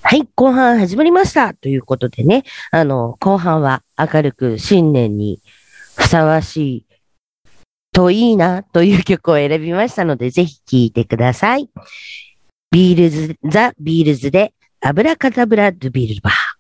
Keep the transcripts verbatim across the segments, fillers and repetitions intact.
はい、後半始まりました。ということでね、あの、後半は明るく新年にふさわしいといいなという曲を選びましたので、ぜひ聴いてください。ビールズ、ザ・ビールズで、アブラカダブラ・ドゥ・ビルバー。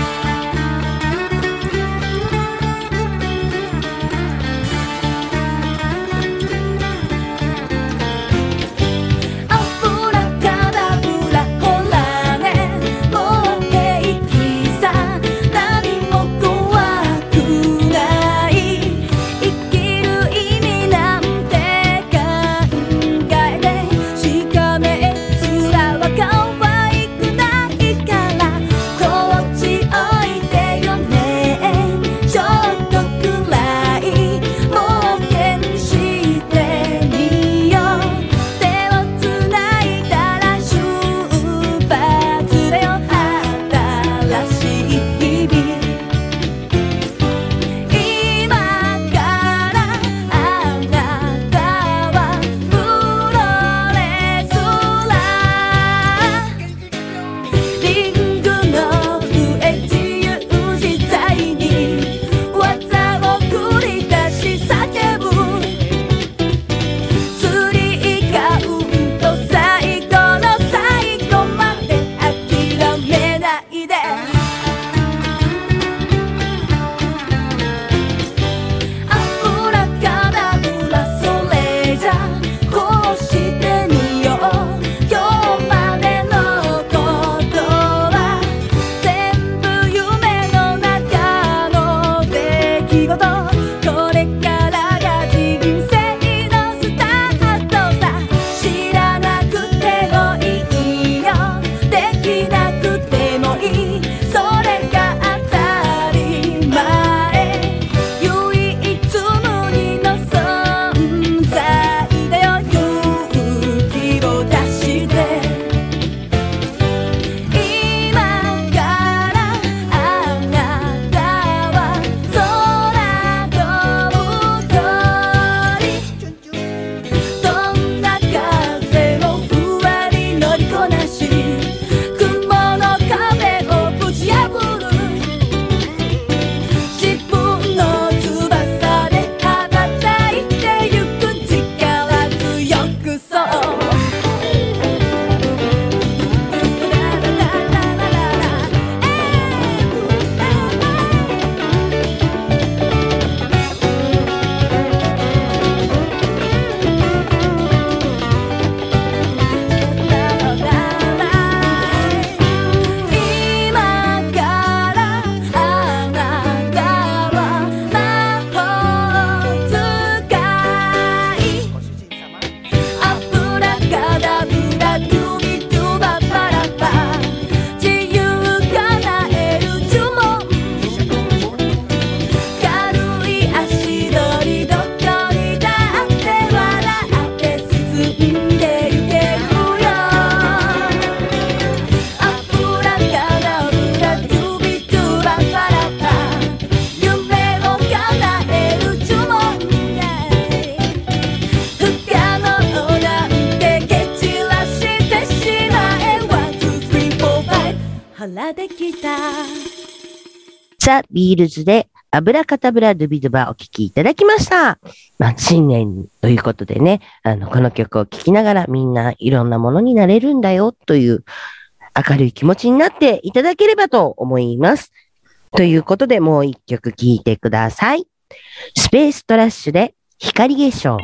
ザ・ビールズでアブラカタブラ・ドゥビドゥバお聴きいただきました。まあ、新年ということでね、あの、この曲を聴きながらみんないろんなものになれるんだよという明るい気持ちになっていただければと思います。ということでもう一曲聴いてください。スペーストラッシュで光化粧。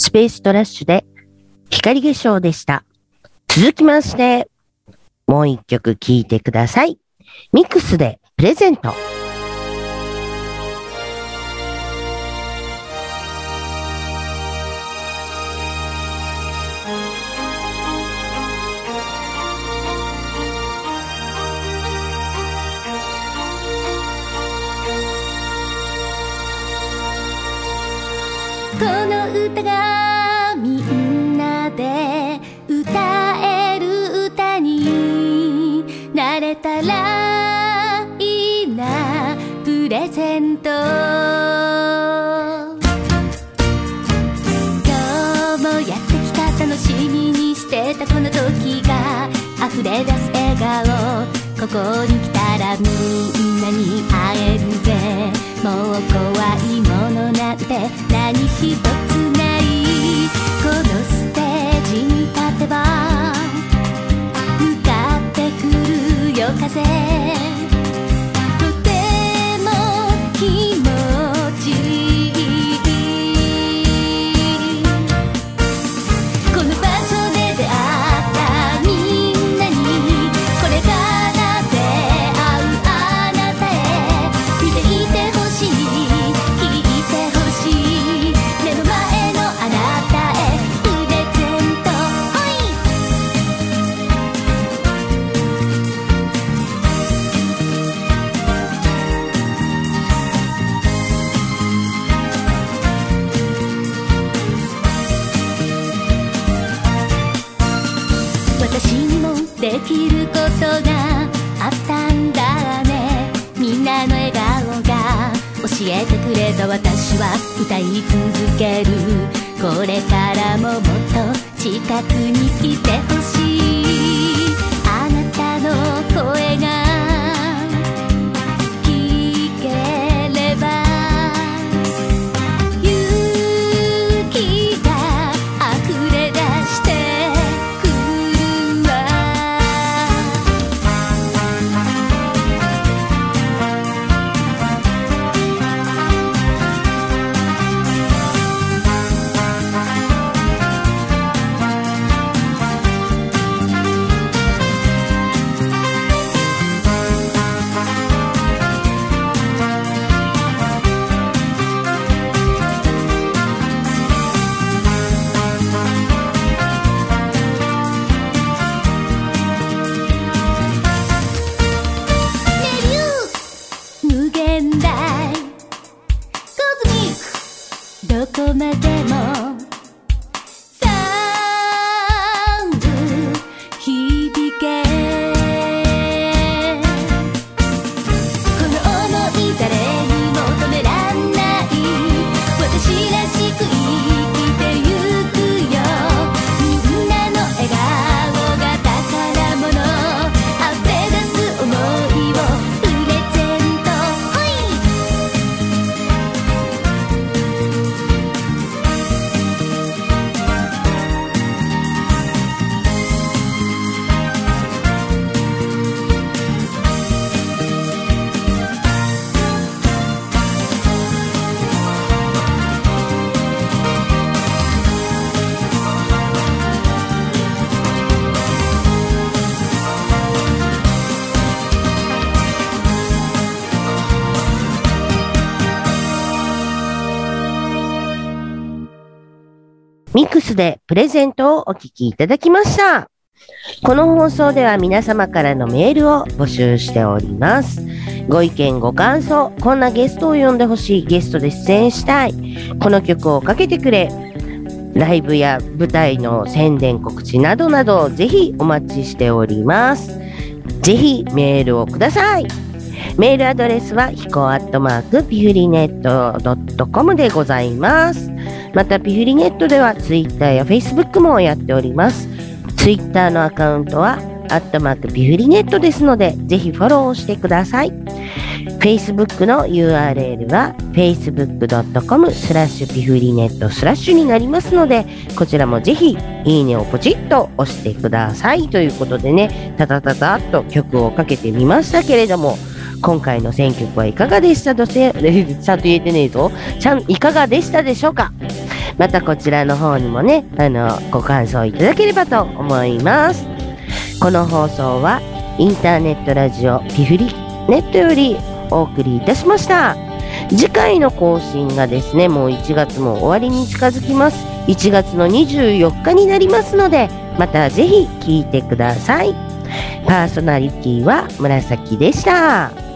スペーストラッシュで光化粧でした。続きまして、もう一曲聴いてください。ミックスでプレゼント。 この歌がみんなで歌える歌になれたらいいな。プレゼント。今日もやってきた、楽しみにしてたこの時が溢れ出す笑顔。ここに来たらみんなに会えるぜ。もう怖いものなんて何一つない。このステージに立てば向かってくる夜風。とても気持ちいい。この場所で出会ったみんなに、これから出会うあなたへ見ていてほしい、聞いてほしい。目の前のあなたへプレゼント。ほい。私にもできることがあったんだね。みんなの笑顔が教えてくれた。私は歌い続ける。これからももっと近くにいてほしい。あなたの声が聞ければ勇気が溢れ出してくるわ。無限大コズミック、どこまでもサウンド響け。この想い誰にも止めらんない。私らしく生きてゆくよ。みんなの笑顔が宝物。溢れ出す想いをプレゼント。ほい。 ミックスでプレゼントをお聞きいただきました。この放送では皆様からのメールを募集しております。ご意見ご感想、こんなゲストを呼んでほしい、ゲストで出演したい、この曲をかけてくれ、ライブや舞台の宣伝告知などなどぜひお待ちしております。ぜひメールをください。メールアドレスはひこアットマークピフリネットドットコムでございます。またピフリネットではツイッターやフェイスブックもやっております。ツイッターのアカウントはアットマークピフリネットですのでぜひフォローしてください。Facebook の ユーアールエル は フェイスブックドットコムスラッシュピフリネットスラッシュになりますので、こちらもぜひいいねをポチッと押してください。ということでね、タタタタっと曲をかけてみましたけれども、今回の選曲はいかがでしたとせ、ちゃんと言えてねえぞ。ちゃん、いかがでしたでしょうか。 またこちらの方にもね、あの、ご感想いただければと思います。この放送はインターネットラジオピフリネットよりお送りいたしました。次回の更新がですね、もういちがつも終わりに近づきます。いちがつのにじゅうよっかになりますので、またぜひ聞いてください。パーソナリティは紫でした。